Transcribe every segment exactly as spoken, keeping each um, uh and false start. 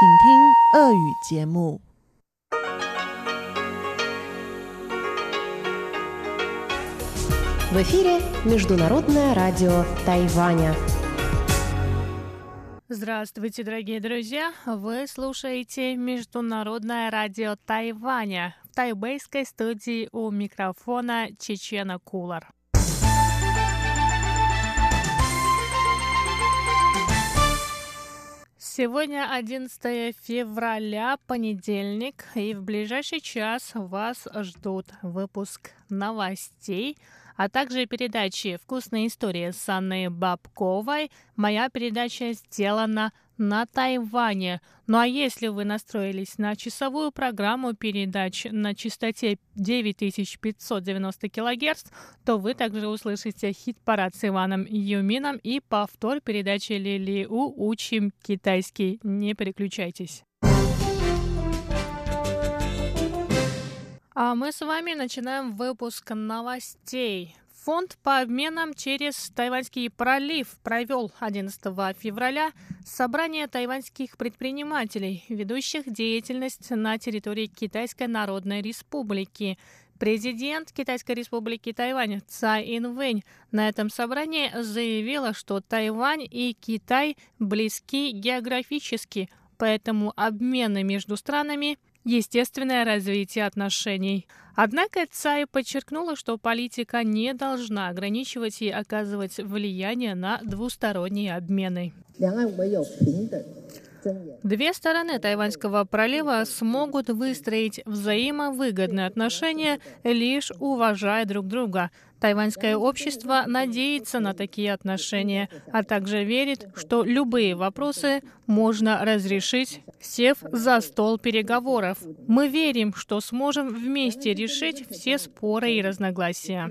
请听俄语节目。 В эфире Международное радио Тайваня. Здравствуйте, дорогие друзья! Вы слушаете Международное радио Тайваня. В тайбэйской студии у микрофона Чечена Кулар. Сегодня одиннадцатое февраля, понедельник, и в ближайший час вас ждут выпуск новостей, а также передачи «Вкусные истории» с Анной Бабковой. Моя передача сделана на Тайване. Ну а если вы настроились на часовую программу передач на частоте девять тысяч пятьсот девяносто килогерц, то вы также услышите хит-парад с Иваном Юмином и повтор передачи Лили У «Учим китайский». Не переключайтесь. А мы с вами начинаем выпуск новостей. Фонд по обменам через Тайваньский пролив провел одиннадцатого февраля собрание тайваньских предпринимателей, ведущих деятельность на территории Китайской Народной Республики. Президент Китайской Республики Тайвань Цай Инвэнь на этом собрании заявила, что Тайвань и Китай близки географически, поэтому обмены между странами – естественное развитие отношений. Однако Цай подчеркнула, что политика не должна ограничивать и оказывать влияние на двусторонние обмены. Две стороны Тайваньского пролива смогут выстроить взаимовыгодные отношения, лишь уважая друг друга. Тайваньское общество надеется на такие отношения, а также верит, что любые вопросы можно разрешить, сев за стол переговоров. Мы верим, что сможем вместе решить все споры и разногласия.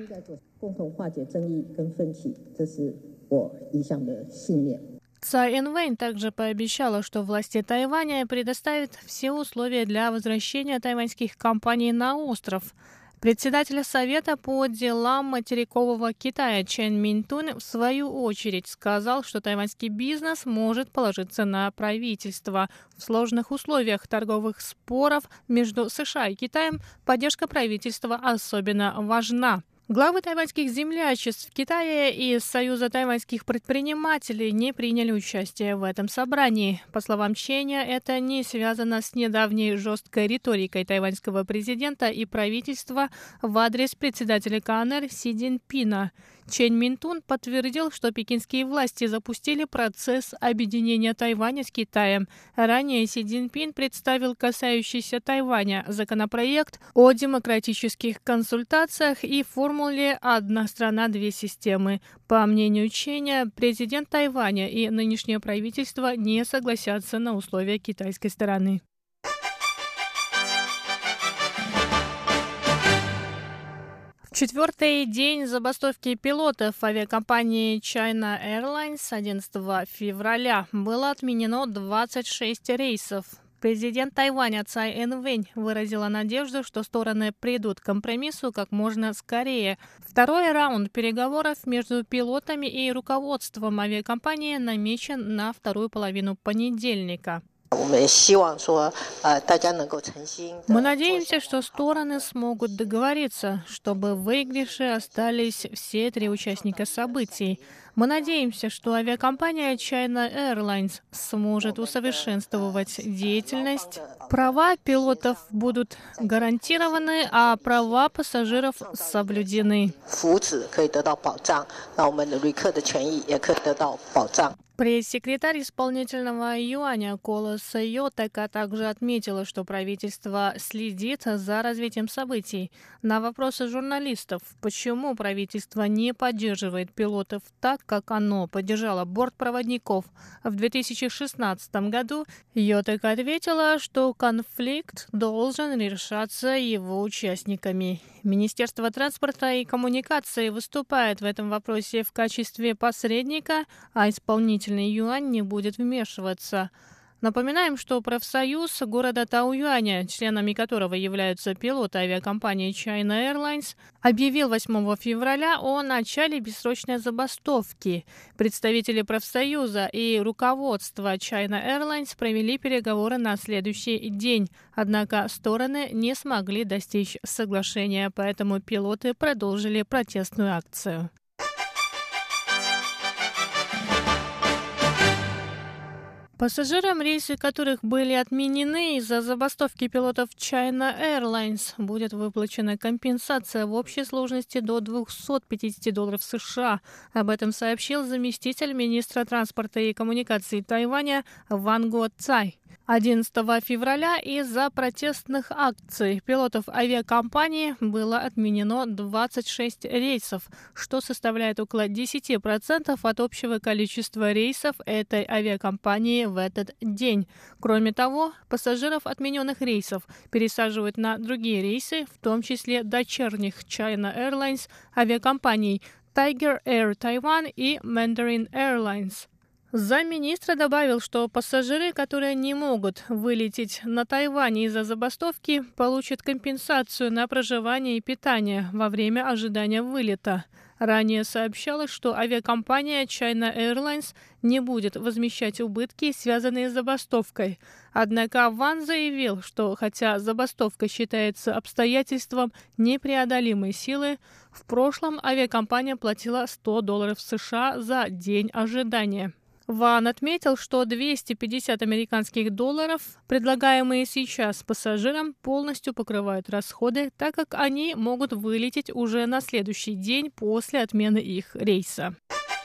Цай Инвэнь также пообещала, что власти Тайваня предоставят все условия для возвращения тайваньских компаний на остров. Председатель Совета по делам материкового Китая Чен Минтун в свою очередь сказал, что тайваньский бизнес может положиться на правительство. В сложных условиях торговых споров между США и Китаем поддержка правительства особенно важна. Главы тайваньских землячеств Китая и Союза тайваньских предпринимателей не приняли участие в этом собрании. По словам Ченя, это не связано с недавней жесткой риторикой тайваньского президента и правительства в адрес председателя КНР Си Цзиньпина. Чен Минтун подтвердил, что пекинские власти запустили процесс объединения Тайваня с Китаем. Ранее Си Цзиньпин представил касающийся Тайваня законопроект о демократических консультациях и формуле «одна страна, две системы». По мнению Ченя, президент Тайваня и нынешнее правительство не согласятся на условия китайской стороны. Четвертый день забастовки пилотов авиакомпании China Airlines одиннадцатого февраля было отменено двадцать шесть рейсов. Президент Тайваня Цай Инвэнь выразила надежду, что стороны придут к компромиссу как можно скорее. Второй раунд переговоров между пилотами и руководством авиакомпании намечен на вторую половину понедельника. Мы надеемся, что стороны смогут договориться, чтобы в выигрыше остались все три участника событий. Мы надеемся, что авиакомпания China Airlines сможет усовершенствовать деятельность. Права пилотов будут гарантированы, а права пассажиров соблюдены. Пресс-секретарь исполнительного юаня Кола Сайотека также отметила, что правительство следит за развитием событий. На вопросы журналистов, почему правительство не поддерживает пилотов так, как оно поддержало бортпроводников в две тысячи шестнадцатом году, Йотека ответила, что конфликт должен решаться его участниками. Министерство транспорта и коммуникации выступает в этом вопросе в качестве посредника, а исполнительный юань не будет вмешиваться. Напоминаем, что профсоюз города Таоюаня, членами которого являются пилоты авиакомпании China Airlines, объявил восьмого февраля о начале бессрочной забастовки. Представители профсоюза и руководство China Airlines провели переговоры на следующий день, однако стороны не смогли достичь соглашения, поэтому пилоты продолжили протестную акцию. Пассажирам, рейсы которых были отменены из-за забастовки пилотов China Airlines, будет выплачена компенсация в общей сложности до двухсот пятидесяти долларов США. Об этом сообщил заместитель министра транспорта и коммуникаций Тайваня Ван Го Цай. одиннадцатого февраля из-за протестных акций пилотов авиакомпании было отменено двадцать шесть рейсов, что составляет около десять процентов от общего количества рейсов этой авиакомпании в этот день. Кроме того, пассажиров отмененных рейсов пересаживают на другие рейсы, в том числе дочерних China Airlines авиакомпаний Tiger Air Taiwan и Mandarin Airlines. Замминистра добавил, что пассажиры, которые не могут вылететь на Тайвань из-за забастовки, получат компенсацию на проживание и питание во время ожидания вылета. Ранее сообщалось, что авиакомпания China Airlines не будет возмещать убытки, связанные с забастовкой. Однако Ван заявил, что хотя забастовка считается обстоятельством непреодолимой силы, в прошлом авиакомпания платила сто долларов США за день ожидания. Ван отметил, что двести пятьдесят американских долларов, предлагаемые сейчас пассажирам, полностью покрывают расходы, так как они могут вылететь уже на следующий день после отмены их рейса.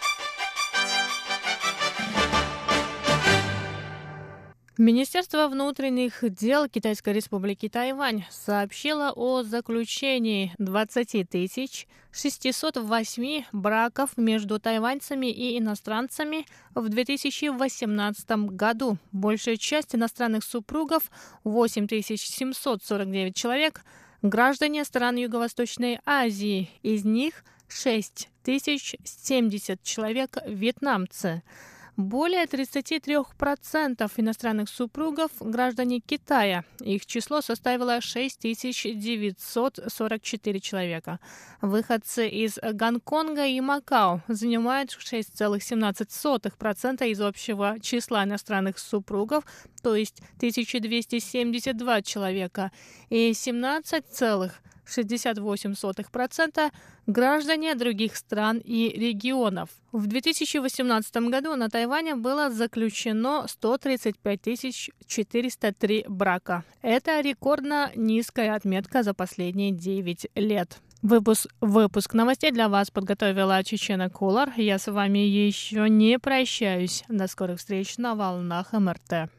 Министерство внутренних дел Китайской республики Тайвань сообщило о заключении двадцати тысяч шестисот восьми браков между тайваньцами и иностранцами в две тысячи восемнадцатом году. Большая часть иностранных супругов, восемь тысяч семьсот сорок девять человек, граждане стран Юго-Восточной Азии. Из них шесть тысяч семьдесят человек вьетнамцы. Более тридцать три процента иностранных супругов – граждане Китая. Их число составило шесть тысяч девятьсот сорок четыре человека. Выходцы из Гонконга и Макао занимают шесть целых семнадцать сотых процента из общего числа иностранных супругов, то есть тысяча двести семьдесят два человека, и семнадцать целых шестьдесят восемь сотых процента граждане других стран и регионов. В две тысячи восемнадцатом году на Тайване было заключено сто тридцать пять тысяч четыреста три брака. Это рекордно низкая отметка за последние девять лет. Выпуск, выпуск новостей для вас подготовила Чечена Кулар. Я с вами еще не прощаюсь. До скорых встреч на волнах эм эр тэ.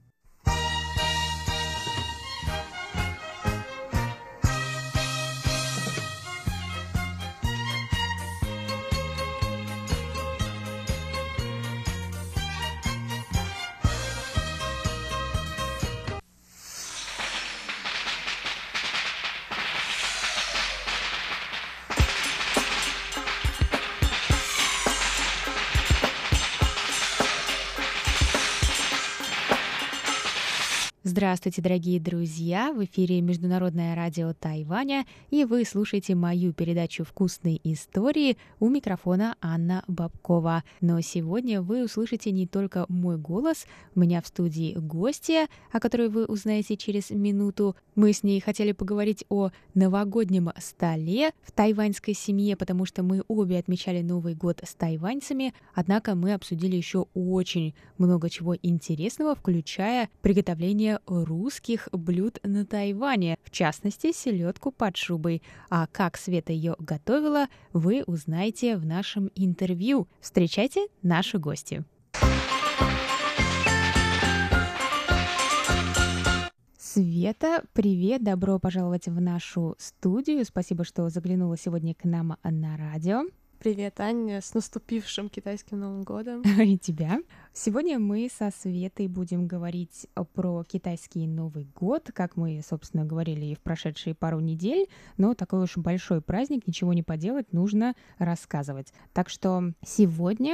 Здравствуйте, дорогие друзья! В эфире Международное радио Тайваня, и вы слушаете мою передачу «Вкусные истории». У микрофона Анна Бабкова. Но сегодня вы услышите не только мой голос, у меня в студии гостья, о которой вы узнаете через минуту. Мы с ней хотели поговорить о новогоднем столе в тайваньской семье, потому что мы обе отмечали Новый год с тайваньцами, однако мы обсудили еще очень много чего интересного, включая приготовление русских блюд на Тайване, в частности, селедку под шубой. А как Света ее готовила, вы узнаете в нашем интервью. Встречайте нашу гостью. Света, привет, добро пожаловать в нашу студию. Спасибо, что заглянула сегодня к нам на радио. Привет, Аня, с наступившим китайским Новым годом. И тебя. Сегодня мы со Светой будем говорить про китайский Новый год, как мы, собственно, говорили и в прошедшие пару недель, но такой уж большой праздник, ничего не поделать, нужно рассказывать. Так что сегодня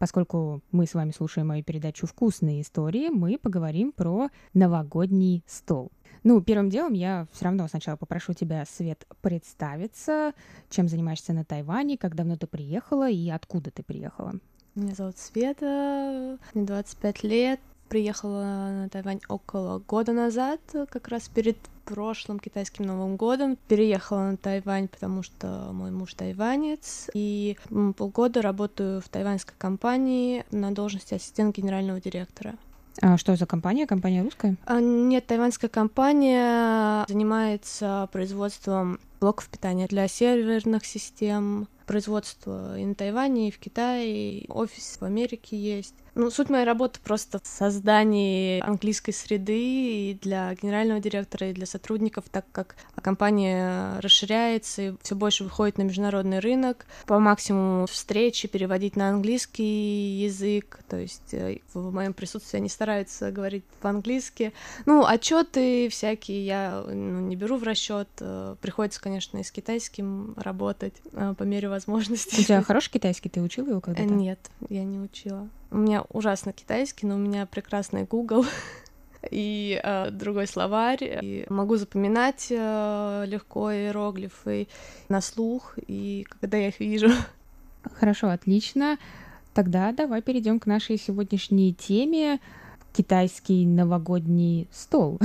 Поскольку мы с вами слушаем мою передачу «Вкусные истории», мы поговорим про новогодний стол. Ну, первым делом я все равно сначала попрошу тебя, Свет, представиться, чем занимаешься на Тайване, как давно ты приехала и откуда ты приехала. Меня зовут Света, мне двадцать пять лет. Приехала на Тайвань около года назад, как раз перед прошлым китайским Новым годом. Переехала на Тайвань, потому что мой муж тайванец, и полгода работаю в тайваньской компании на должности ассистент генерального директора. А что за компания? Компания русская? А, нет, тайваньская компания занимается производством блоков питания для серверных систем, производство и на Тайване, и в Китае, и офис в Америке есть. Ну, суть моей работы просто в создании английской среды и для генерального директора, и для сотрудников, так как компания расширяется и все больше выходит на международный рынок. По максимуму встречи переводить на английский язык, то есть в моем присутствии они стараются говорить по-английски. Ну, отчеты всякие я ну, не беру в расчет. Приходится, конечно, и с китайским работать по мере возможности. У тебя хороший китайский? Ты учила его когда-то? Нет, я не учила. У меня ужасно китайский, но у меня прекрасный Google и э, другой словарь. И могу запоминать э, легко иероглифы на слух, и когда я их вижу. Хорошо, отлично. Тогда давай перейдем к нашей сегодняшней теме — китайский новогодний стол.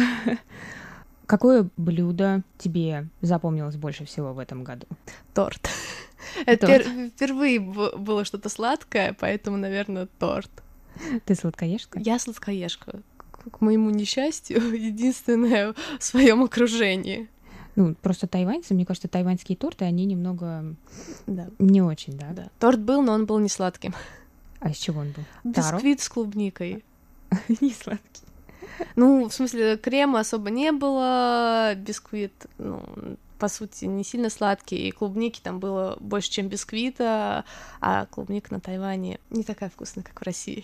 Какое блюдо тебе запомнилось больше всего в этом году? Торт. Это пер- впервые б- было что-то сладкое, поэтому, наверное, торт. Ты сладкоежка? Я сладкоежка. К, к моему несчастью, единственная в своем окружении. Ну, просто тайваньцы, мне кажется, тайваньские торты, они немного да. не очень, да? Да. Торт был, но он был не сладким. А из чего он был? Бисквит с клубникой. Не сладкий. Ну, в смысле, крема особо не было, бисквит, ну, по сути, не сильно сладкий, и клубники там было больше, чем бисквита, а клубника на Тайване не такая вкусная, как в России.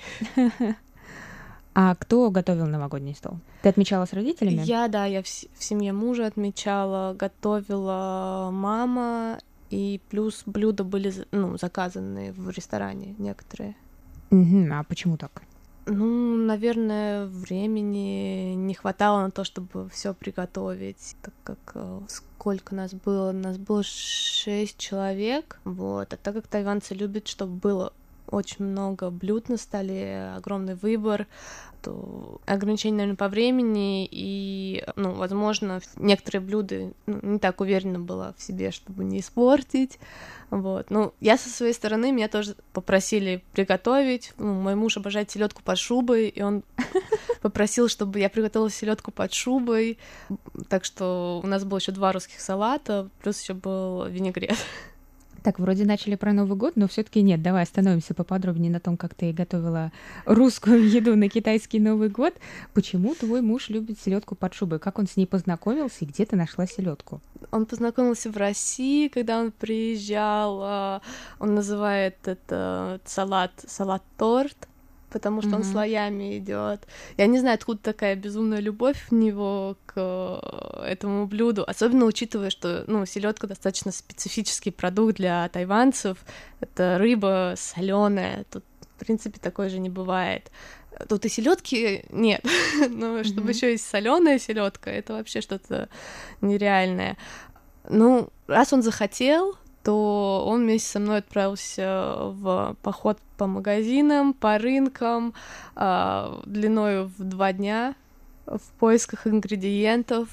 А кто готовил новогодний стол? Ты отмечала с родителями? Я, да, я в, в семье мужа отмечала, готовила мама, и плюс блюда были, ну, заказаны в ресторане некоторые. Угу, а почему так? Ну, наверное, времени не хватало на то, чтобы все приготовить, так как сколько нас было? Нас было шесть человек, вот. А так как тайваньцы любят, чтобы было очень много блюд на столе, огромный выбор, то ограничения, наверное, по времени, и, ну, возможно, некоторые блюда, ну, не так уверена была в себе, чтобы не испортить, вот. Ну, я со своей стороны, меня тоже попросили приготовить, ну, мой муж обожает селедку под шубой, и он попросил, чтобы я приготовила селедку под шубой, так что у нас было еще два русских салата, плюс еще был винегрет. Так, вроде начали про Новый год, но все-таки нет. Давай остановимся поподробнее на том, как ты готовила русскую еду на китайский Новый год. Почему твой муж любит селедку под шубой? Как он с ней познакомился и где ты нашла селедку? Он познакомился в России, когда он приезжал. Он называет это салат салат-торт, потому что mm-hmm. он слоями идет. Я не знаю, откуда такая безумная любовь в него к этому блюду, особенно учитывая, что, ну, селедка достаточно специфический продукт для тайваньцев. Это рыба соленая. Тут, в принципе, такой же не бывает. Тут и селедки нет, но mm-hmm. чтобы еще и соленая селедка, это вообще что-то нереальное. Ну, раз он захотел, то он вместе со мной отправился в поход по магазинам, по рынкам, э, длиною в два дня, в поисках ингредиентов.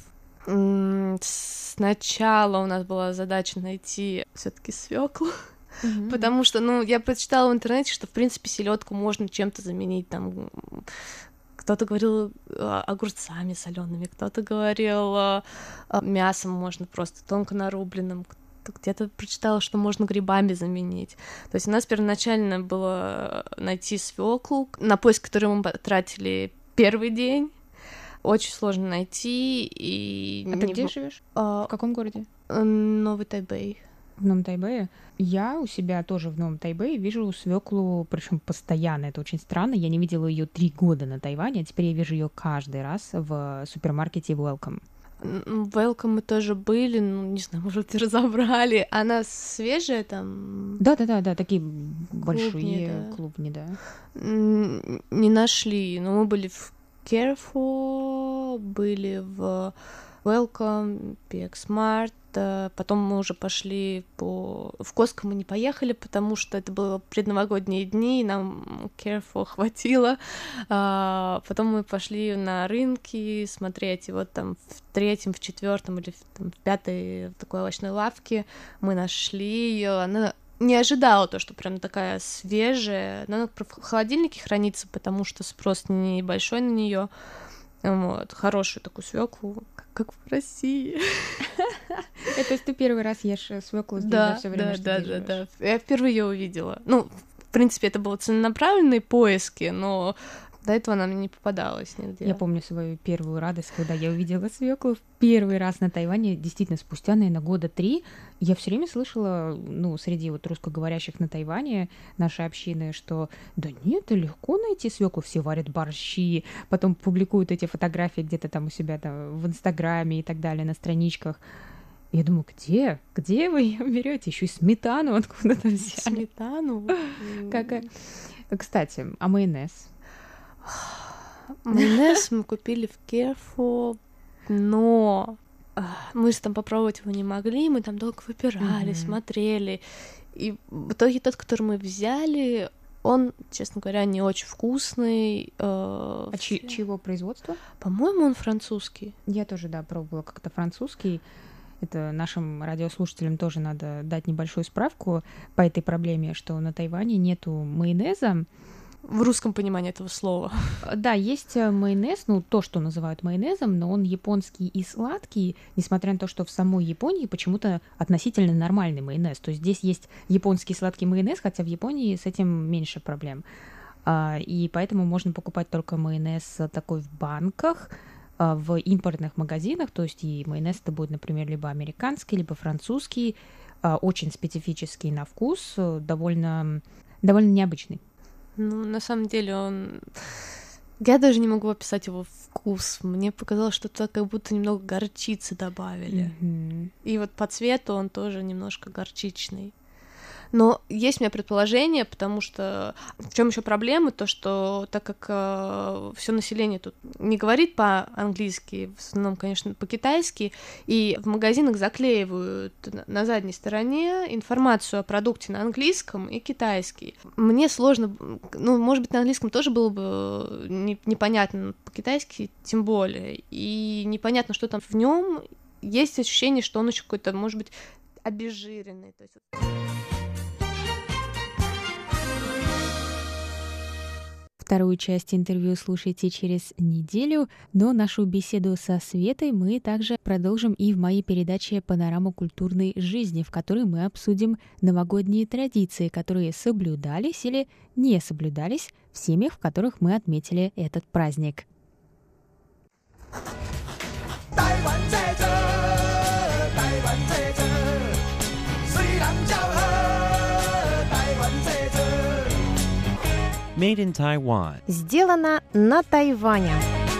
Сначала у нас была задача найти все-таки свеклу, mm-hmm. потому что, ну, я прочитала в интернете, что, в принципе, селедку можно чем-то заменить, там. Кто-то говорил огурцами солеными, кто-то говорил мясом можно просто тонко нарубленным, где-то прочитала, что можно грибами заменить. То есть у нас первоначально было найти свеклу, на поиск который мы потратили первый день. Очень сложно найти. И а не... ты где живешь? А... В каком городе? Новый Тайбэй. В Новом Тайбэе? Я у себя тоже в Новом Тайбэе вижу свеклу, причем постоянно. Это очень странно. Я не видела ее три года на Тайване, а теперь я вижу ее каждый раз в супермаркете Welcome. В Welcome мы тоже были, ну, не знаю, может, разобрали. Она свежая там? Да-да-да, такие большие да. клубни, да. Не нашли, но мы были в Carrefour, были в Welcome, пи экс Mart, потом мы уже пошли по... В Costco мы не поехали, потому что это было предновогодние дни, и нам Carrefour хватило. А, потом мы пошли на рынки смотреть, и вот там в третьем, в четвертом или в, там, в пятой в такой овощной лавке мы нашли ее. Она не ожидала то, что прям такая свежая, но она в холодильнике хранится, потому что спрос небольшой на нее. Вот, хорошую такую свеклу, как, как в России. Это то есть ты первый раз ешь свеклу здесь да, за все время, да, что да, ты да, живешь? да. Я впервые ее увидела. Ну, в принципе, это были целенаправленные поиски, но до этого она мне не попадалась нигде. Я помню свою первую радость, когда я увидела свеклу в первый раз на Тайване, действительно, спустя, наверное, года три. Я все время слышала, ну, среди вот русскоговорящих на Тайване нашей общины, что да нет, легко найти свеклу, все варят борщи, потом публикуют эти фотографии где-то там у себя там в Инстаграме и так далее, на страничках. Я думаю, где? Где вы ее берете? Еще и сметану откуда-то взяли. Сметану? Как... Кстати, а майонез? Майонез мы купили в Carrefour, но мы же там попробовать его не могли, мы там долго выбирали, mm-hmm. смотрели, и в итоге тот, который мы взяли, он, честно говоря, не очень вкусный. А в... чи- чьего производства? По-моему, он французский. Я тоже, да, пробовала как-то французский. Это нашим радиослушателям тоже надо дать небольшую справку по этой проблеме, что на Тайване нету майонеза. В русском понимании этого слова. Да, есть майонез, ну, то, что называют майонезом, но он японский и сладкий, несмотря на то, что в самой Японии почему-то относительно нормальный майонез. То есть здесь есть японский сладкий майонез, хотя в Японии с этим меньше проблем. И поэтому можно покупать только майонез такой в банках, в импортных магазинах, то есть и майонез это будет, например, либо американский, либо французский, очень специфический на вкус, довольно, довольно необычный. Ну, на самом деле он... Я даже не могу описать его вкус. Мне показалось, что туда как будто немного горчицы добавили. Mm-hmm. И вот по цвету он тоже немножко горчичный. Но есть у меня предположение, потому что в чем еще проблема, то что так как э, все население тут не говорит по-английски, в основном, конечно, по-китайски, и в магазинах заклеивают на задней стороне информацию о продукте на английском и китайский. Мне сложно, ну, может быть, на английском тоже было бы не, непонятно, по-китайски тем более, и непонятно, что там в нем. Есть ощущение, что он еще какой-то, может быть, обезжиренный. То есть... Вторую часть интервью слушайте через неделю, но нашу беседу со Светой мы также продолжим и в моей передаче «Панорама культурной жизни», в которой мы обсудим новогодние традиции, которые соблюдались или не соблюдались в семьях, в которых мы отметили этот праздник. Made in Taiwan. Сделано на Тайване.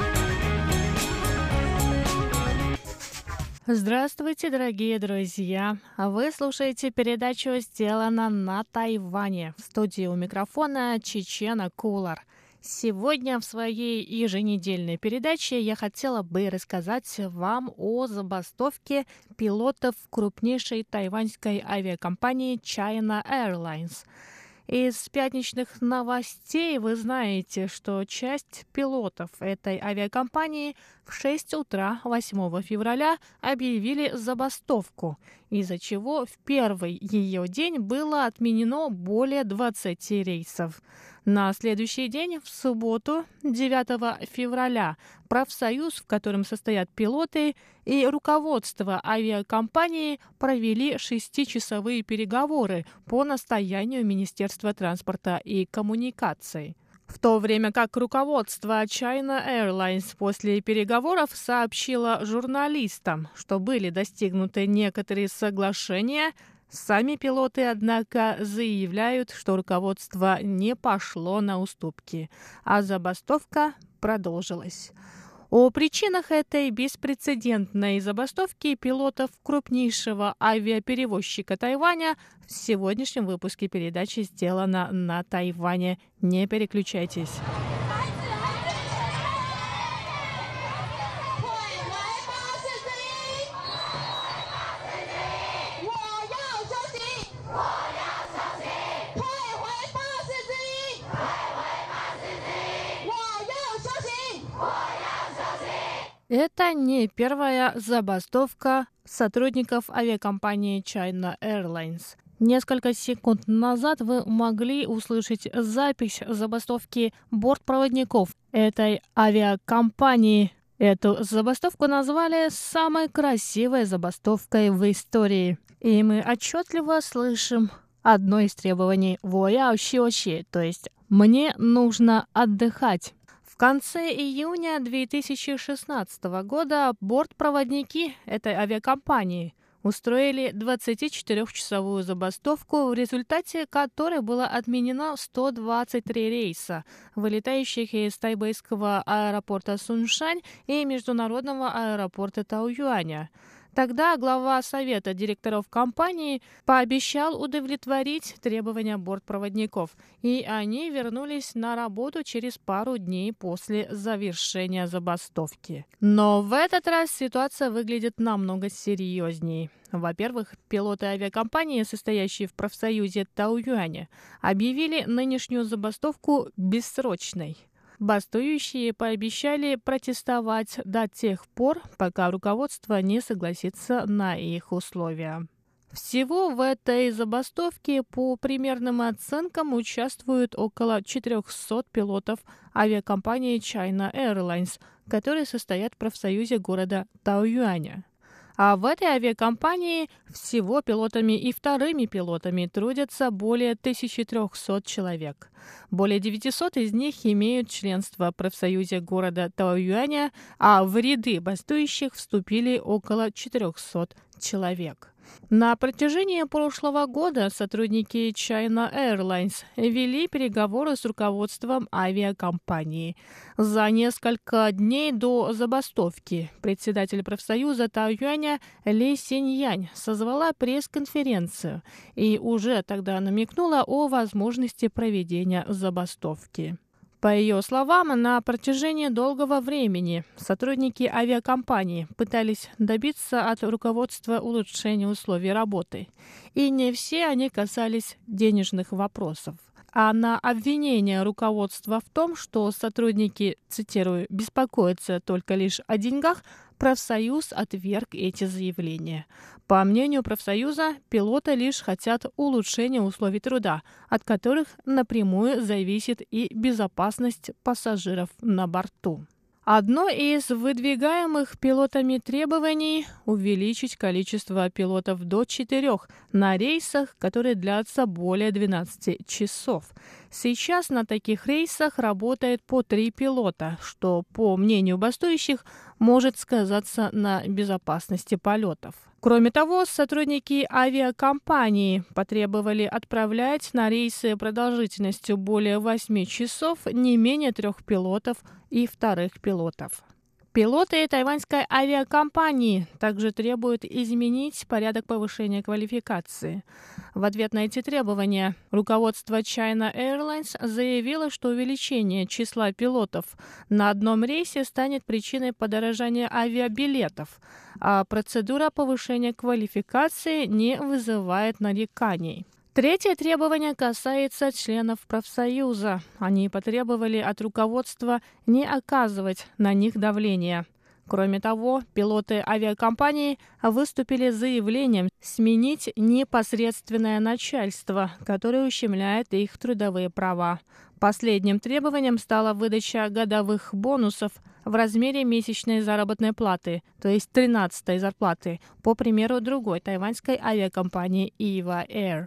Здравствуйте, дорогие друзья! Вы слушаете передачу «Сделано на Тайване». В студии у микрофона Чечена Кулар. Сегодня в своей еженедельной передаче я хотела бы рассказать вам о забастовке пилотов крупнейшей тайваньской авиакомпании China Airlines. Из пятничных новостей вы знаете, что часть пилотов этой авиакомпании в шесть утра восьмого февраля объявили забастовку, из-за чего в первый ее день было отменено более двадцати рейсов. На следующий день, в субботу, девятого февраля, профсоюз, в котором состоят пилоты, и руководство авиакомпании провели шестичасовые переговоры по настоянию Министерства транспорта и коммуникаций. В то время как руководство China Airlines после переговоров сообщило журналистам, что были достигнуты некоторые соглашения, сами пилоты, однако, заявляют, что руководство не пошло на уступки, а забастовка продолжилась. О причинах этой беспрецедентной забастовки пилотов крупнейшего авиаперевозчика Тайваня в сегодняшнем выпуске передачи «Сделано на Тайване». Не переключайтесь. Это не первая забастовка сотрудников авиакомпании China Airlines. Несколько секунд назад вы могли услышать запись забастовки бортпроводников этой авиакомпании. Эту забастовку назвали самой красивой забастовкой в истории. И мы отчетливо слышим одно из требований «вояо сюоши», то есть «мне нужно отдыхать». В конце июня две тысячи шестнадцатого года бортпроводники этой авиакомпании устроили двадцатичетырёхчасовую забастовку, в результате которой было отменено сто двадцать три рейса, вылетающих из тайбэйского аэропорта Суншань и международного аэропорта Таоюаня. Тогда глава совета директоров компании пообещал удовлетворить требования бортпроводников, и они вернулись на работу через пару дней после завершения забастовки. Но в этот раз ситуация выглядит намного серьезней. Во-первых, пилоты авиакомпании, состоящие в профсоюзе Таоюаня, объявили нынешнюю забастовку бессрочной. Бастующие пообещали протестовать до тех пор, пока руководство не согласится на их условия. Всего в этой забастовке по примерным оценкам участвуют около четырехсот пилотов авиакомпании China Airlines, которые состоят в профсоюзе города Таоюаня. А в этой авиакомпании всего пилотами и вторыми пилотами трудятся более тысячи трёхсот человек. Более девятисот из них имеют членство в профсоюзе города Таоюаня, а в ряды бастующих вступили около четырёхсот человек. На протяжении прошлого года сотрудники China Airlines вели переговоры с руководством авиакомпании. За несколько дней до забастовки председатель профсоюза Таоюаня Ли Синьянь созвала пресс-конференцию и уже тогда намекнула о возможности проведения забастовки. По ее словам, на протяжении долгого времени сотрудники авиакомпании пытались добиться от руководства улучшения условий работы, и не все они касались денежных вопросов. А на обвинение руководства в том, что сотрудники, цитирую, «беспокоятся только лишь о деньгах», профсоюз отверг эти заявления. По мнению профсоюза, пилоты лишь хотят улучшения условий труда, от которых напрямую зависит и безопасность пассажиров на борту. Одно из выдвигаемых пилотами требований – увеличить количество пилотов до четырех на рейсах, которые длятся более двенадцати часов. Сейчас на таких рейсах работает по три пилота, что, по мнению бастующих, может сказаться на безопасности полетов. Кроме того, сотрудники авиакомпании потребовали отправлять на рейсы продолжительностью более восьми часов не менее трех пилотов и вторых пилотов. Пилоты тайваньской авиакомпании также требуют изменить порядок повышения квалификации. В ответ на эти требования руководство China Airlines заявило, что увеличение числа пилотов на одном рейсе станет причиной подорожания авиабилетов, а процедура повышения квалификации не вызывает нареканий. Третье требование касается членов профсоюза. Они потребовали от руководства не оказывать на них давления. Кроме того, пилоты авиакомпании выступили с заявлением сменить непосредственное начальство, которое ущемляет их трудовые права. Последним требованием стала выдача годовых бонусов в размере месячной заработной платы, то есть тринадцатой зарплаты, по примеру другой тайваньской авиакомпании Eva Air.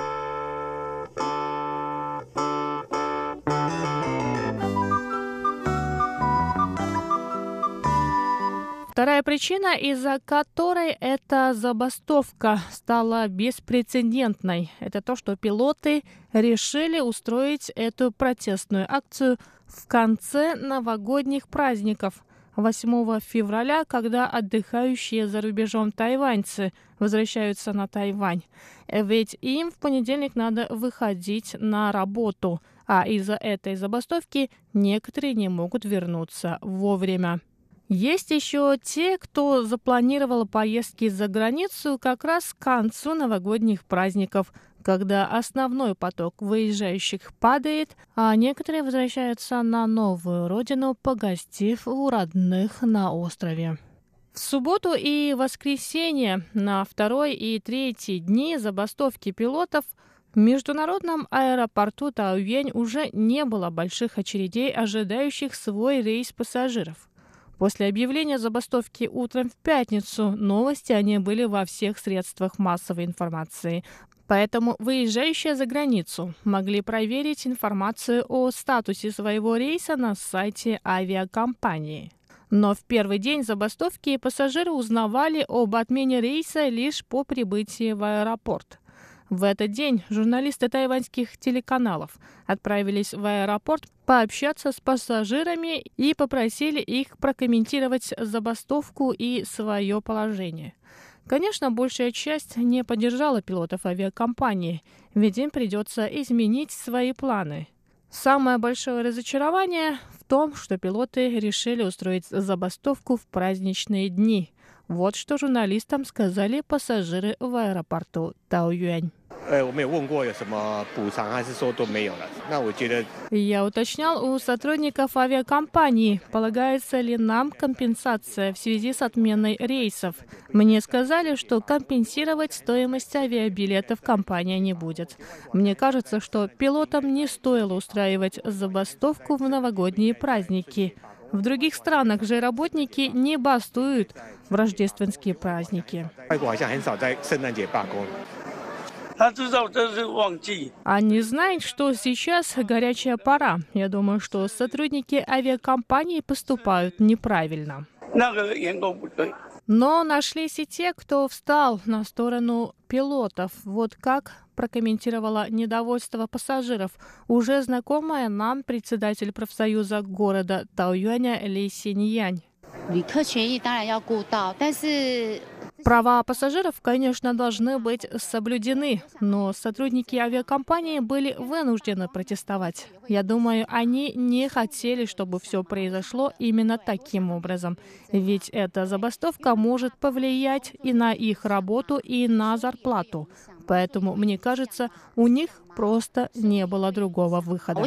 Вторая причина, из-за которой эта забастовка стала беспрецедентной, это то, что пилоты решили устроить эту протестную акцию в конце новогодних праздников, восьмого февраля, когда отдыхающие за рубежом тайваньцы возвращаются на Тайвань. Ведь им в понедельник надо выходить на работу, а из-за этой забастовки некоторые не могут вернуться вовремя. Есть еще те, кто запланировал поездки за границу как раз к концу новогодних праздников, когда основной поток выезжающих падает, а некоторые возвращаются на новую родину, погостив у родных на острове. В субботу и воскресенье, на второй и третий дни забастовки пилотов, в международном аэропорту Таоюань уже не было больших очередей, ожидающих свой рейс пассажиров. После объявления забастовки утром в пятницу новости о ней были во всех средствах массовой информации. Поэтому выезжающие за границу могли проверить информацию о статусе своего рейса на сайте авиакомпании. Но в первый день забастовки пассажиры узнавали об отмене рейса лишь по прибытии в аэропорт. В этот день журналисты тайваньских телеканалов отправились в аэропорт пообщаться с пассажирами и попросили их прокомментировать забастовку и свое положение. Конечно, большая часть не поддержала пилотов авиакомпании, ведь им придется изменить свои планы. Самое большое разочарование в том, что пилоты решили устроить забастовку в праздничные дни. Вот что журналистам сказали пассажиры в аэропорту Таоюань. Я уточнял у сотрудников авиакомпании, полагается ли нам компенсация в связи с отменой рейсов. Мне сказали, что компенсировать стоимость авиабилетов компания не будет. Мне кажется, что пилотам не стоило устраивать забастовку в новогодние праздники. В других странах же работники не бастуют в рождественские праздники. Они знают, что сейчас горячая пора. Я думаю, что сотрудники авиакомпании поступают неправильно. Но нашлись и те, кто встал на сторону пилотов. Вот как прокомментировала недовольство пассажиров уже знакомая нам председатель профсоюза города Таоюаня Ли Синьянь. Права пассажиров, конечно, должны быть соблюдены, но сотрудники авиакомпании были вынуждены протестовать. Я думаю, они не хотели, чтобы все произошло именно таким образом, ведь эта забастовка может повлиять и на их работу, и на зарплату. Поэтому, мне кажется, у них просто не было другого выхода.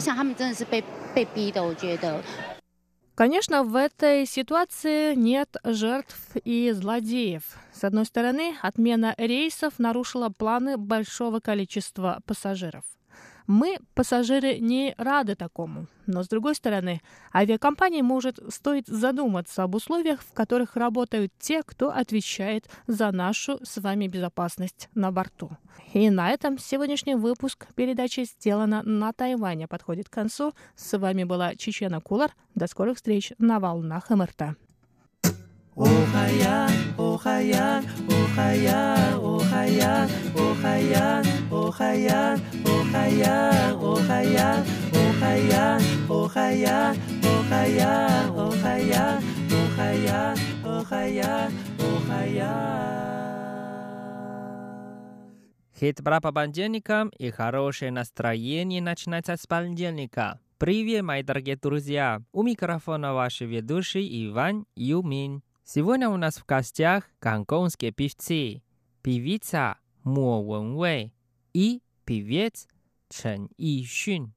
Конечно, в этой ситуации нет жертв и злодеев. С одной стороны, отмена рейсов нарушила планы большого количества пассажиров. Мы, пассажиры, не рады такому. Но, с другой стороны, авиакомпании может стоит задуматься об условиях, в которых работают те, кто отвечает за нашу с вами безопасность на борту. И на этом сегодняшний выпуск передачи «Сделано на Тайване» подходит к концу. С вами была Чечена Кулар. До скорых встреч на волнах эм эр тэ. Охая, охая, охая, охая, охая, охая, охая, охая, охая, охая, охая, охая, охая, охая, охая. Хит-бра по понедельникам и хорошее настроение начинается с понедельника. Привет, мои дорогие друзья! У микрофона ваш ведущий Иван Юмин. Сегодня у нас в гостях гонконгские певцы, певица Мо Вэнвэй и певец Чен Йишун.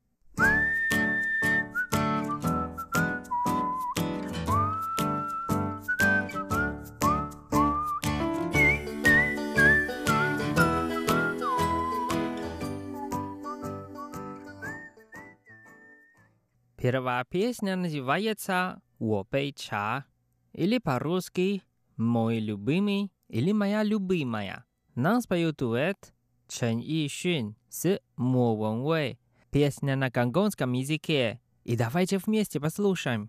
Первая песня называется «Wo Bei Cha», или по-русски «Мой любимый» или «Моя любимая». Нам споет дуэт Чен Йишун с Мо Вэнвэй. Песня на гонконгском языке. И давайте вместе послушаем.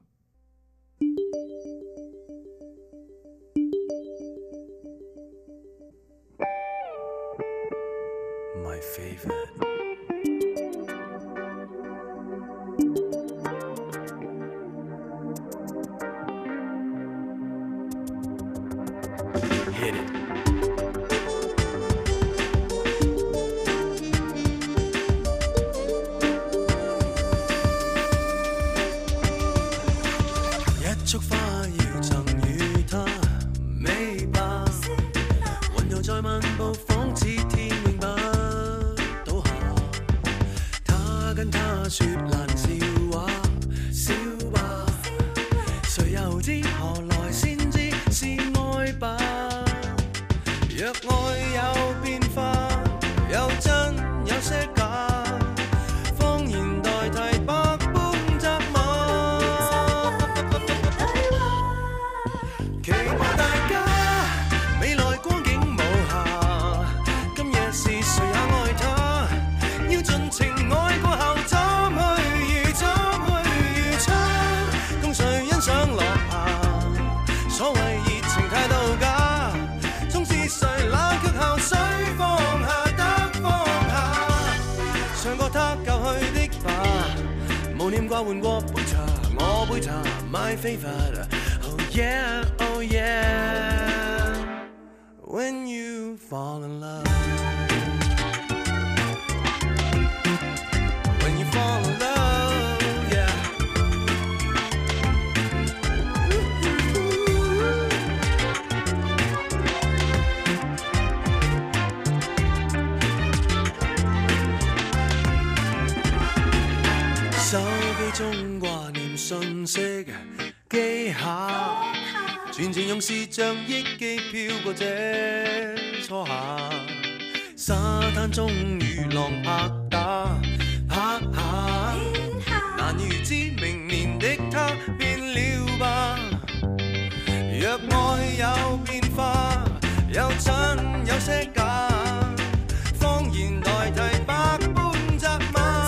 My favorite. hit it. My favorite, oh yeah, oh yeah. When you fall in love, when you fall in love, yeah.手機中掛念信息機下，全程用視像憶記飄過這初夏，沙灘中如浪拍打拍下，難預知明年的他變了吧。若愛有變化，有真有些假，謊言代替百般責罵。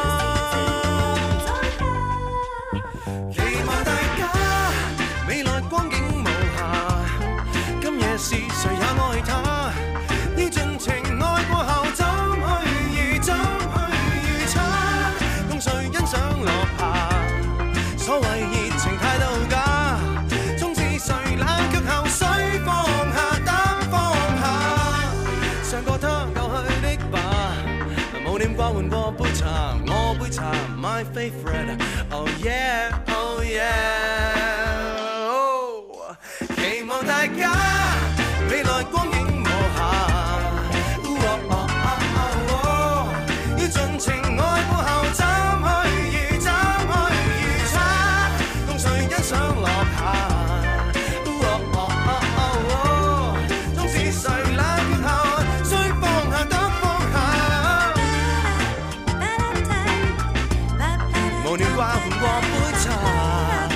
是誰也愛他，要盡情愛過後怎去預怎去預測，共誰欣賞落霞？所謂熱情太度假，縱是誰冷卻後水放下得放下，上過他舊去的吧，無念掛換過杯茶，我杯茶 my favorite， oh yeah oh yeah， oh， 期望大家未來光景無瑕，要盡情愛過後怎去預怎去預測，共誰欣賞落霞？縱是誰冷卻後，須放下得放下，無念掛換過杯茶。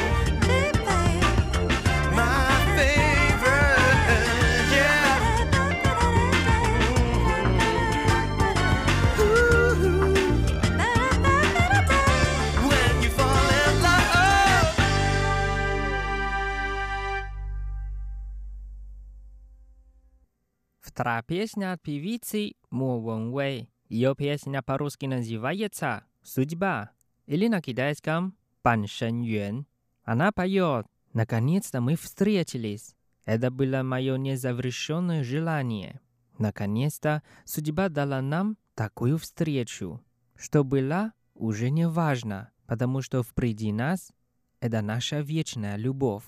Вторая песня от певицы Мо Вон Вэй. Ее песня по-русски называется «Судьба» или на китайском «Пан Шэн Юэн». Она поет: «Наконец-то мы встретились. Это было мое незавершенное желание. Наконец-то судьба дала нам такую встречу, что было уже не важно, потому что впереди нас это наша вечная любовь».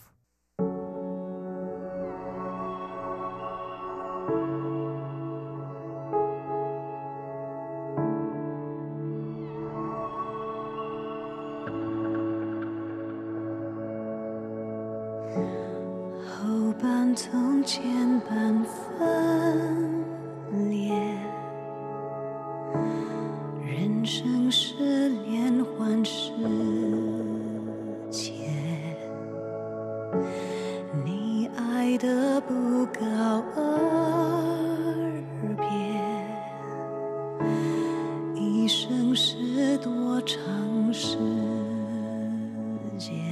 伴从前般分裂，人生是连环世界，你爱的不告而别，一生是多长时间？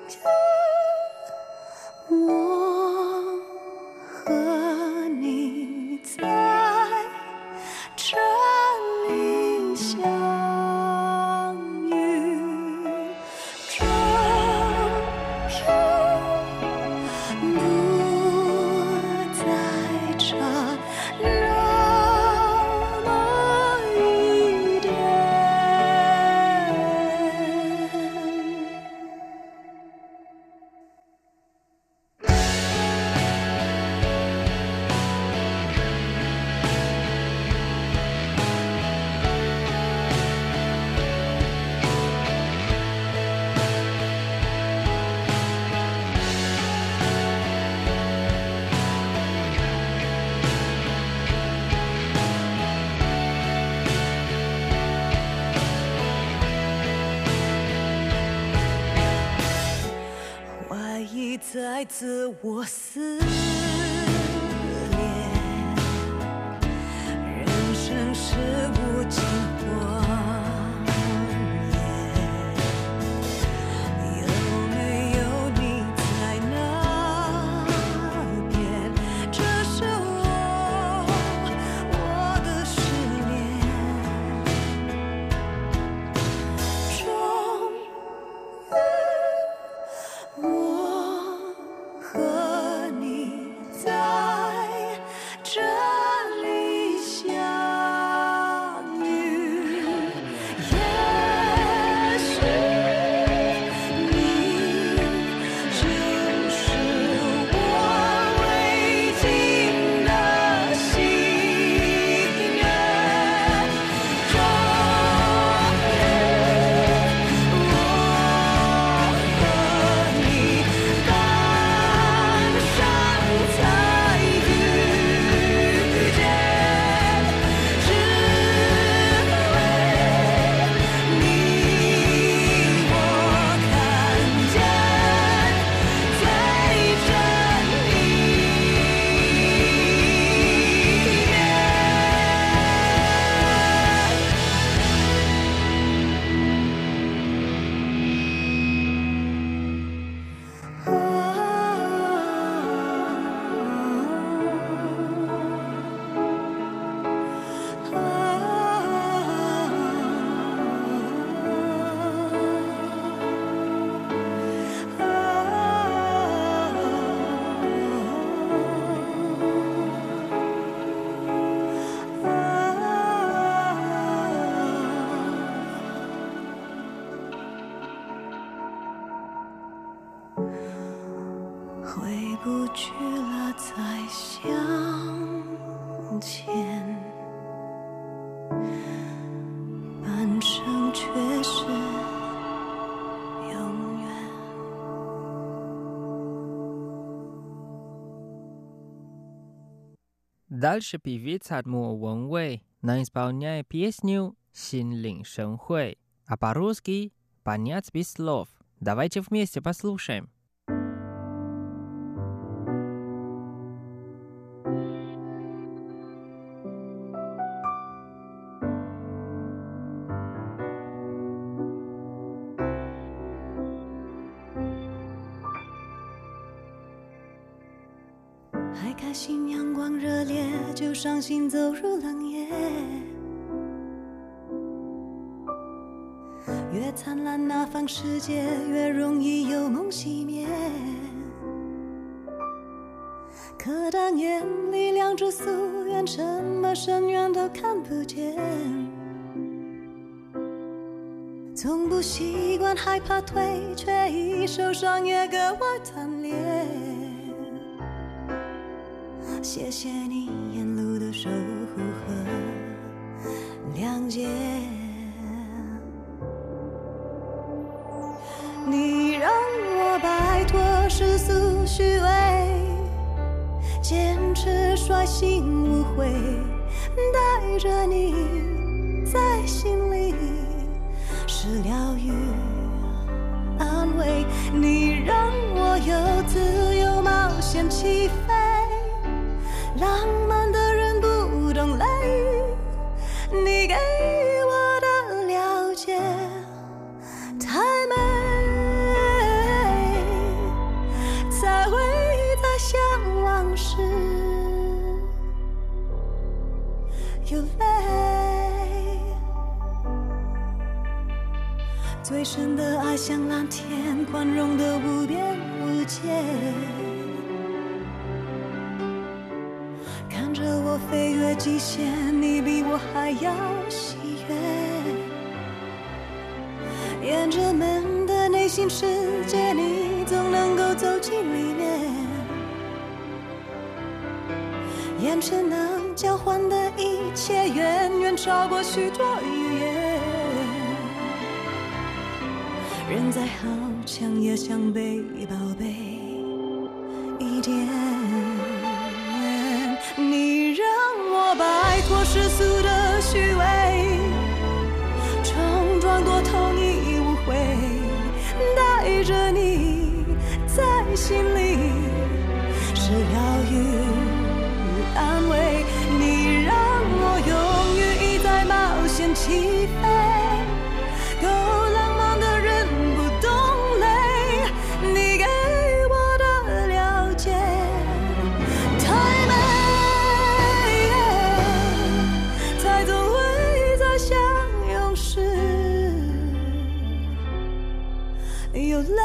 我和你在这里相遇，终于不再差那么一点。怀疑在自我撕裂，人生是无尽荒野，有没有你在那边？这是我我的失恋，终于我和你在这里相遇，也许你就是我未尽的心愿，终于我和你赶上才遇见，只为你我看见最真回不去了，再向前，半生却是永远。 Дальше певица Мо Вэнвэй исполняет песню «Син Лин Шэн Хуэй», а по-русски «Понять без слов». Давайте вместе послушаем. “还开心，阳光热烈，就伤心走入冷夜。越灿烂那方世界，越容易有梦熄灭。可当眼里亮出夙愿，什么深渊都看不见。从不习惯害怕退，却一受伤也格外贪恋。谢谢你沿路的守护和谅解，你让我摆脱世俗虚伪，坚持率性无悔，带着你在心里是疗愈安慰。你让我有自由冒险起飞，浪漫的人不懂泪，你给我的了解太美。 深的爱像蓝天，宽容的无边无界。看着我飞越极限，你比我还要喜悦。沿着门的内心世界，你总能够走进里面。眼神能交换的一切，远远超过许多语言。人再好强，也想被宝贝一点。你让我摆脱世俗的虚伪，冲撞过头你无悔，带着你在心里是疗愈安慰。你让我勇于一再冒险起飞，够浪漫的人不懂累，你给我的了解太美，才总会在相拥时有泪。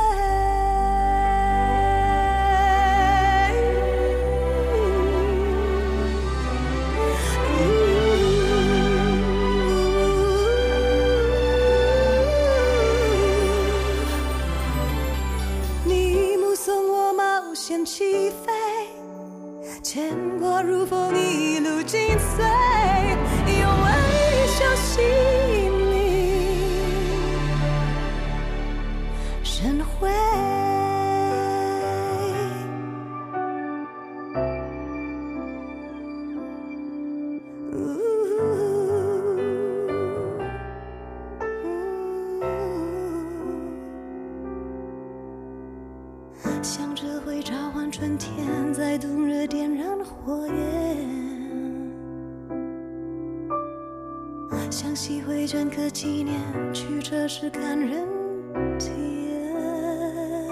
起飞，牵挂如风一路紧随，用微笑吸引你深回。向着会召唤春天，在冬日点燃火焰，向西会镌刻纪念，曲折是感人体验。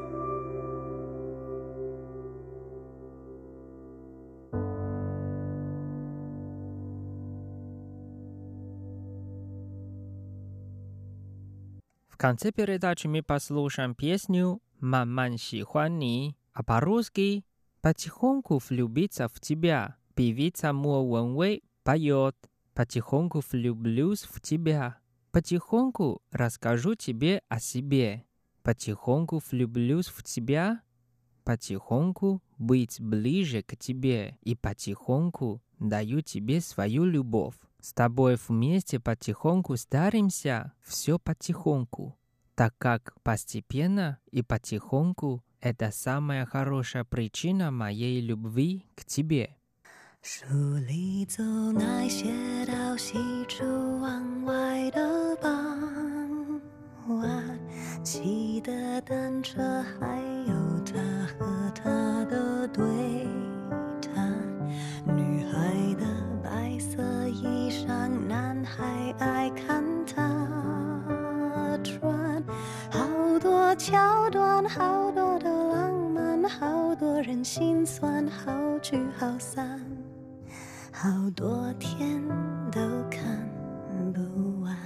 В конце передачи мы послушаем песню «慢慢喜欢你», а по-русски «Потихоньку влюбиться в тебя». Певица Мо Уэнвэй поет «Потихоньку влюблюсь в тебя». Потихоньку расскажу тебе о себе. Потихоньку влюблюсь в тебя. Потихоньку быть ближе к тебе. И потихоньку даю тебе свою любовь. С тобой вместе потихоньку старимся, все потихоньку. Так как постепенно и потихоньку это самая хорошая причина моей любви к тебе. 书里走那些到西出望外的傍晚，骑的单车，还有他和他的对谈。女孩的白色衣裳，男孩爱看她穿。好多桥段，好多的浪漫，好多人心酸，好聚好散。好多天都看不完。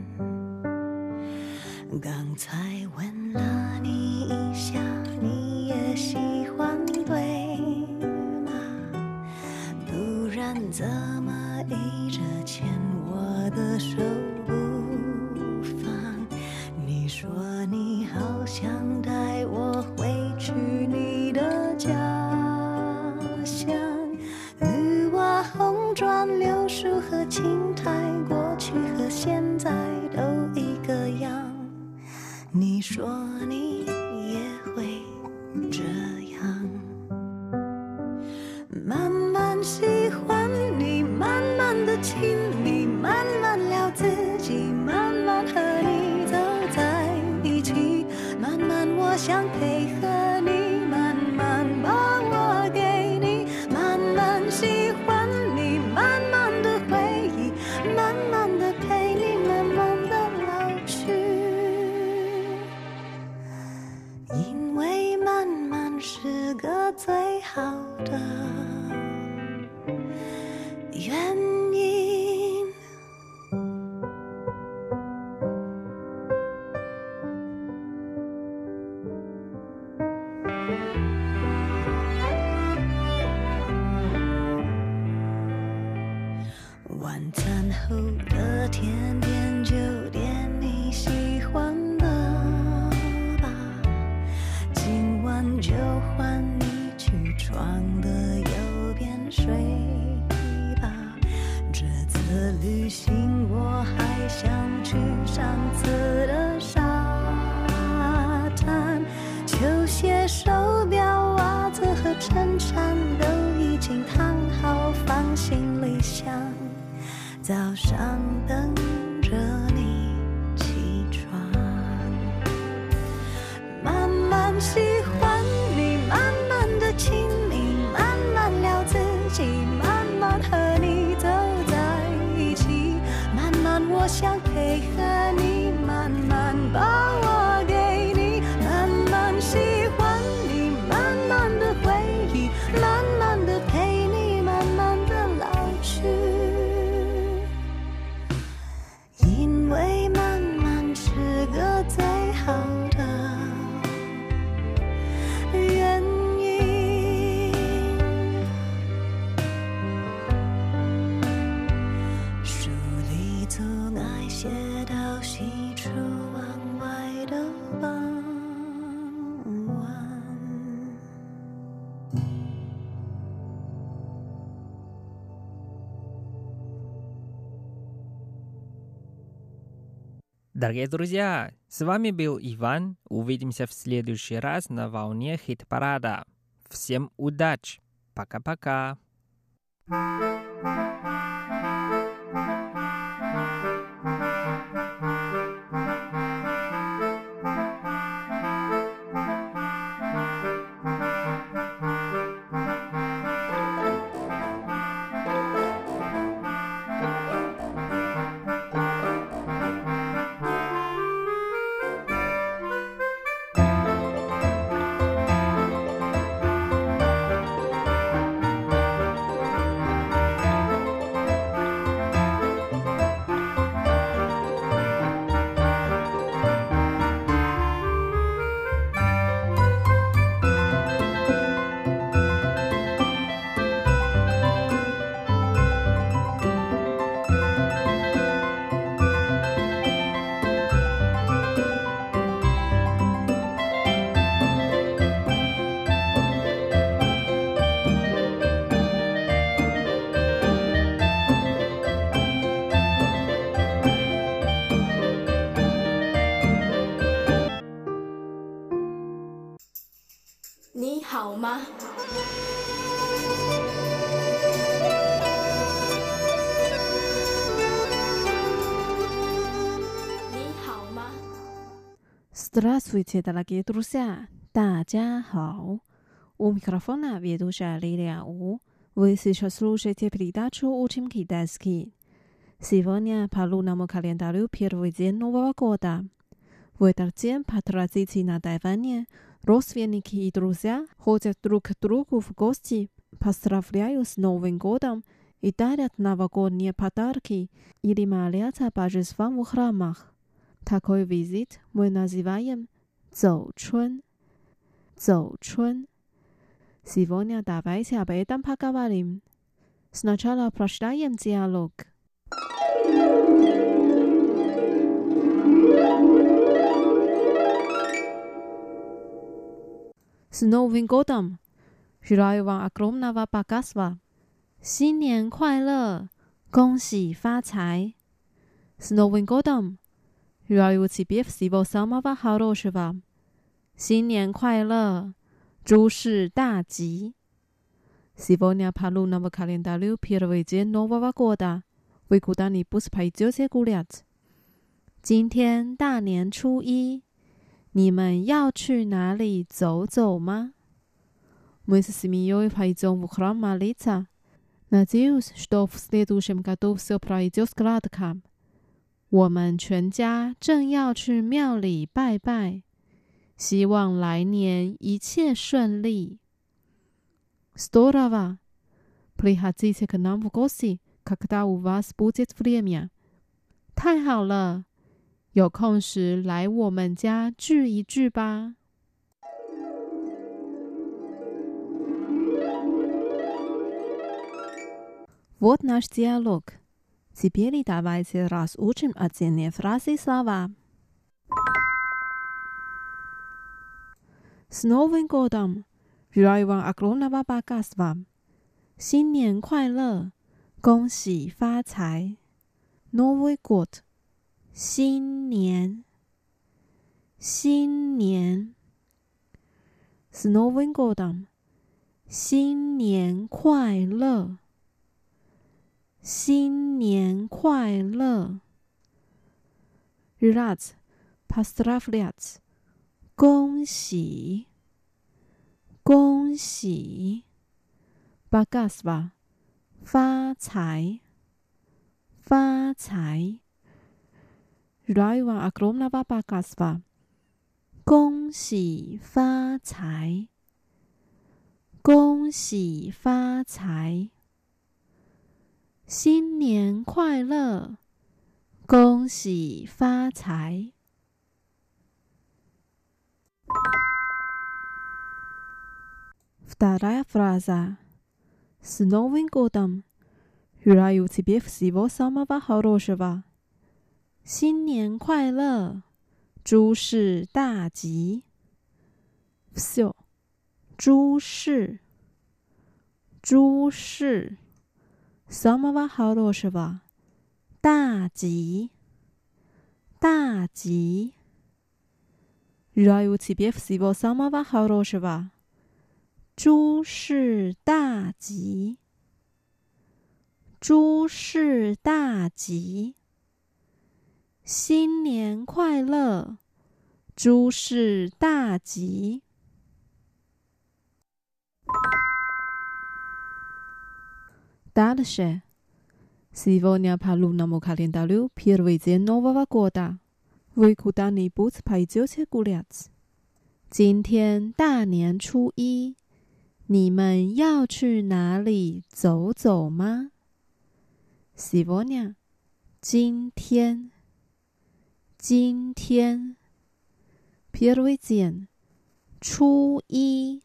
刚才问了你一下，你也喜欢对吗？不然怎么一直牵我的手不放？你说你好想带我回去你的家乡。红砖柳树和青苔，过去和现在都一个样。你说你也会这样，慢慢喜欢你，慢慢的亲密，慢慢聊自己，慢慢和你走在一起，慢慢我想配合你，慢慢把我给你，慢慢喜欢。慢慢的回忆，慢慢的陪你，慢慢的老去，因为慢慢是个最好的原因。 就换你去床的右边睡吧。这次旅行我还想去上次的沙滩，球鞋、手表、袜子和衬衫都已经烫好放行李箱，早上等着你起床。慢慢喜欢你，慢慢的亲密，慢慢聊自己，慢慢和你走在一起，慢慢我想配合你，慢慢把我给你，慢慢喜欢你，慢慢的回忆，慢慢的陪你，慢慢的老去，因为慢慢是个最好的原因。书里总爱写到喜出望外的傍晚。 Дорогие друзья, с вами был Иван. Увидимся в следующий раз на волне хит-парада. Всем удачи. Пока-пока. 你好吗？你好吗？ Здравствуйте, дорогие друзья! 大家好! У микрофона ведущая Лилия У. Вы сейчас слушаете передачу «Учим китайский». Сегодня по лунному календарю первый день Нового года. В этот день по традиции на Тайване родственники и друзья ходят друг к другу в гости, поздравляют с Новым годом и дарят новогодние подарки или молятся божествам в храмах. Такой визит мы называем «Зоучун». «Зоучун». Сегодня давайте об этом поговорим. Сначала прочитаем диалог. С Новым годом! Желаю вам огромного богатства! 新年快乐! 恭喜发财! С Новым годом! Желаю тебе всего самого хорошего! 新年快乐! 诸事大吉! Сегодня по лунному календарю первый день Нового года. Вы куда-нибудь пойдете гулять? 今天大年初一。你们要去哪里走走吗？ Мы с семьей пойдем в храм молиться. Надеюсь, что в следующем году все пройдет гладко. 我们全家正要去庙里拜拜，希望来年一切顺利。Здорово! Приходите к нам в гости, когда у вас будет время. 太好了！有空时来我们家聚一聚吧。Вот наш диалог. Теперь давайте разучим отдельные фразы и слова. С Новым годом! Желаю вам огромного богатства! 新年快乐！恭喜发财！ Новый год! 新年，新年。С Новым годом! 新年快乐！新年快乐！ Rad, поздравлять, 恭喜，恭喜。Богатство, 发财，发财。Желаю вам огромного богатства. 恭喜发财，恭喜发财。新年快乐，恭喜发财。Вторая фраза. С Новым годом! Желаю тебе всего самого хорошего. 新年快乐，诸事大吉。Все， 诸事，诸事。Самого хорошего， 大吉，大吉。Желаю тебе всего самого хорошего。诸事大吉，诸事大吉。新年快乐，诸事大吉。Дальше. Сегодня по лунному календарю первый день Нового года. Вы куда-нибудь пойдете гулять? 今天大年初一，你们要去哪里走走吗？ Сегодня. 今天。今天 Первый день 初一，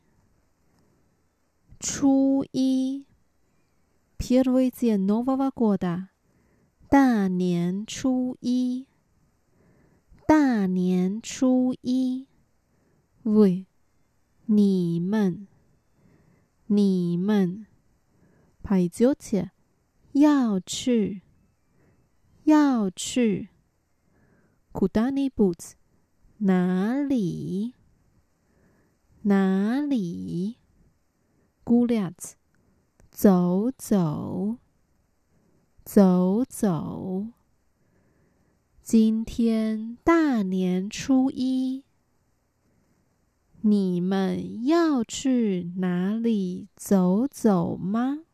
初一 Первый день Нового года 大年初一，大年初一 Вы 你们，你们 Пойдете 要去，要去Куда-нибудь 哪里，哪里 Гулять 走走，走走。今天大年初一，你们要去哪里走走吗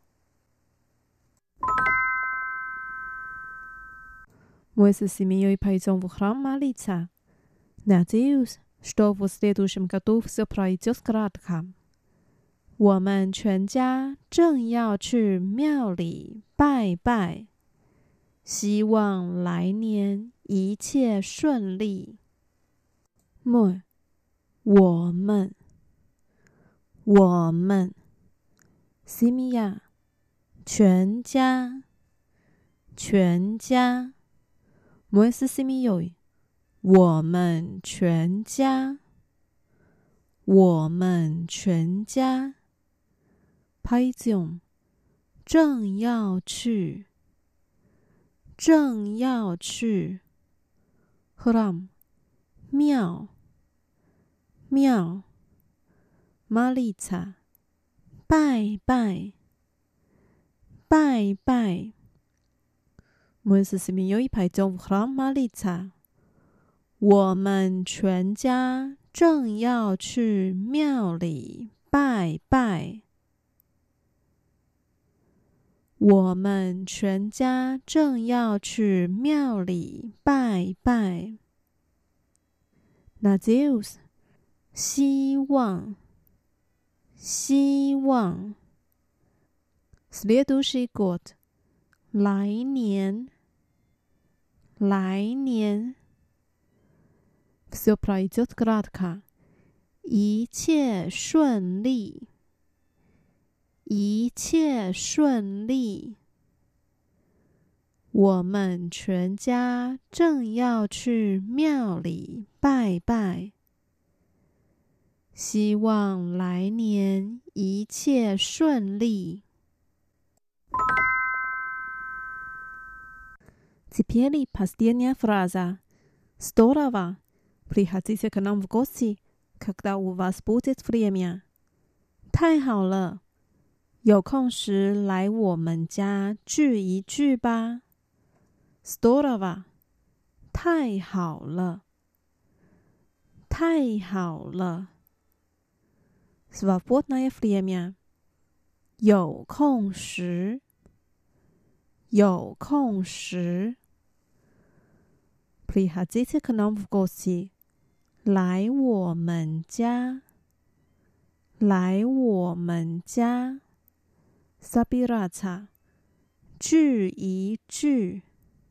？Мы с семьей пойдем в храм молиться. Надеюсь, что в следующем году все пройдет гладко. 我们全家正要去庙里拜拜，希望来年一切顺利。Мы， 我们，我们 семья， 全家，全家。Мы с семьей， 我们全家，我们全家。Пойдем， 正要去，正要去。Храм， 庙，庙。Молиться， 拜拜，拜拜。Мы с семьей пойдем в храм молиться. 我们全家正要去庙里拜拜。我们全家正要去庙里拜拜。Надеюсь， 希望，希望。Следующий год， 来年，来年。Все пройдет гладко， 一切顺利，一切顺利。我们全家正要去庙里拜拜， 希望来年一切顺利。Теперь последняя фраза. Здорово. Приходите к нам в гости, когда у вас будет время. 太好了，有空时来我们家聚一聚吧。Здорово. 太好了，太好了。Свободное время. 有空时，有空时。Приходите к нам в гости. 来我们家，来我们家。Собираться. 聚一聚，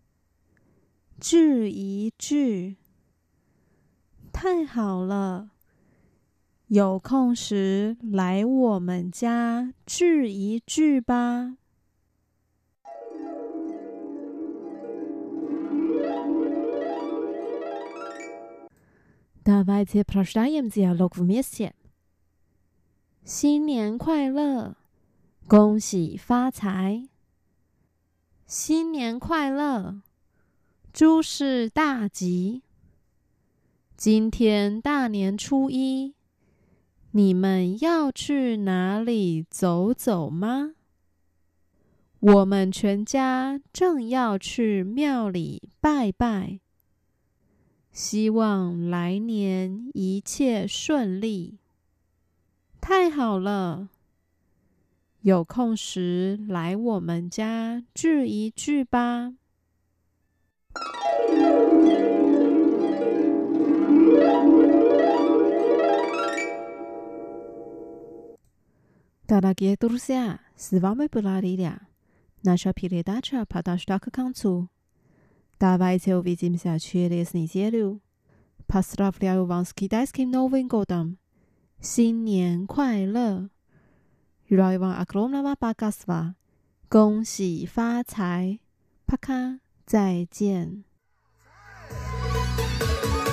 聚一聚。太好了，有空时来我们家聚一聚吧。Давайте прочитаем диалог вместе. 新年快乐，恭喜发财。新年快乐，诸事大吉。今天大年初一，你们要去哪里走走吗？我们全家正要去庙里拜拜。希望来年一切顺利。太好了，有空时来我们家聚一聚吧。Дорогие друзья, с вами была Лилия. Наша передача подошла к концу. Давайте увидимся через неделю. Поздравляю вас с китайским Новым годом. 新年快乐！ Желаю вам огромного богатства. 恭喜发财！ Пока， 再见。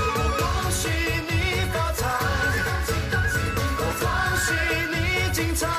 恭喜你发财，恭喜你精彩。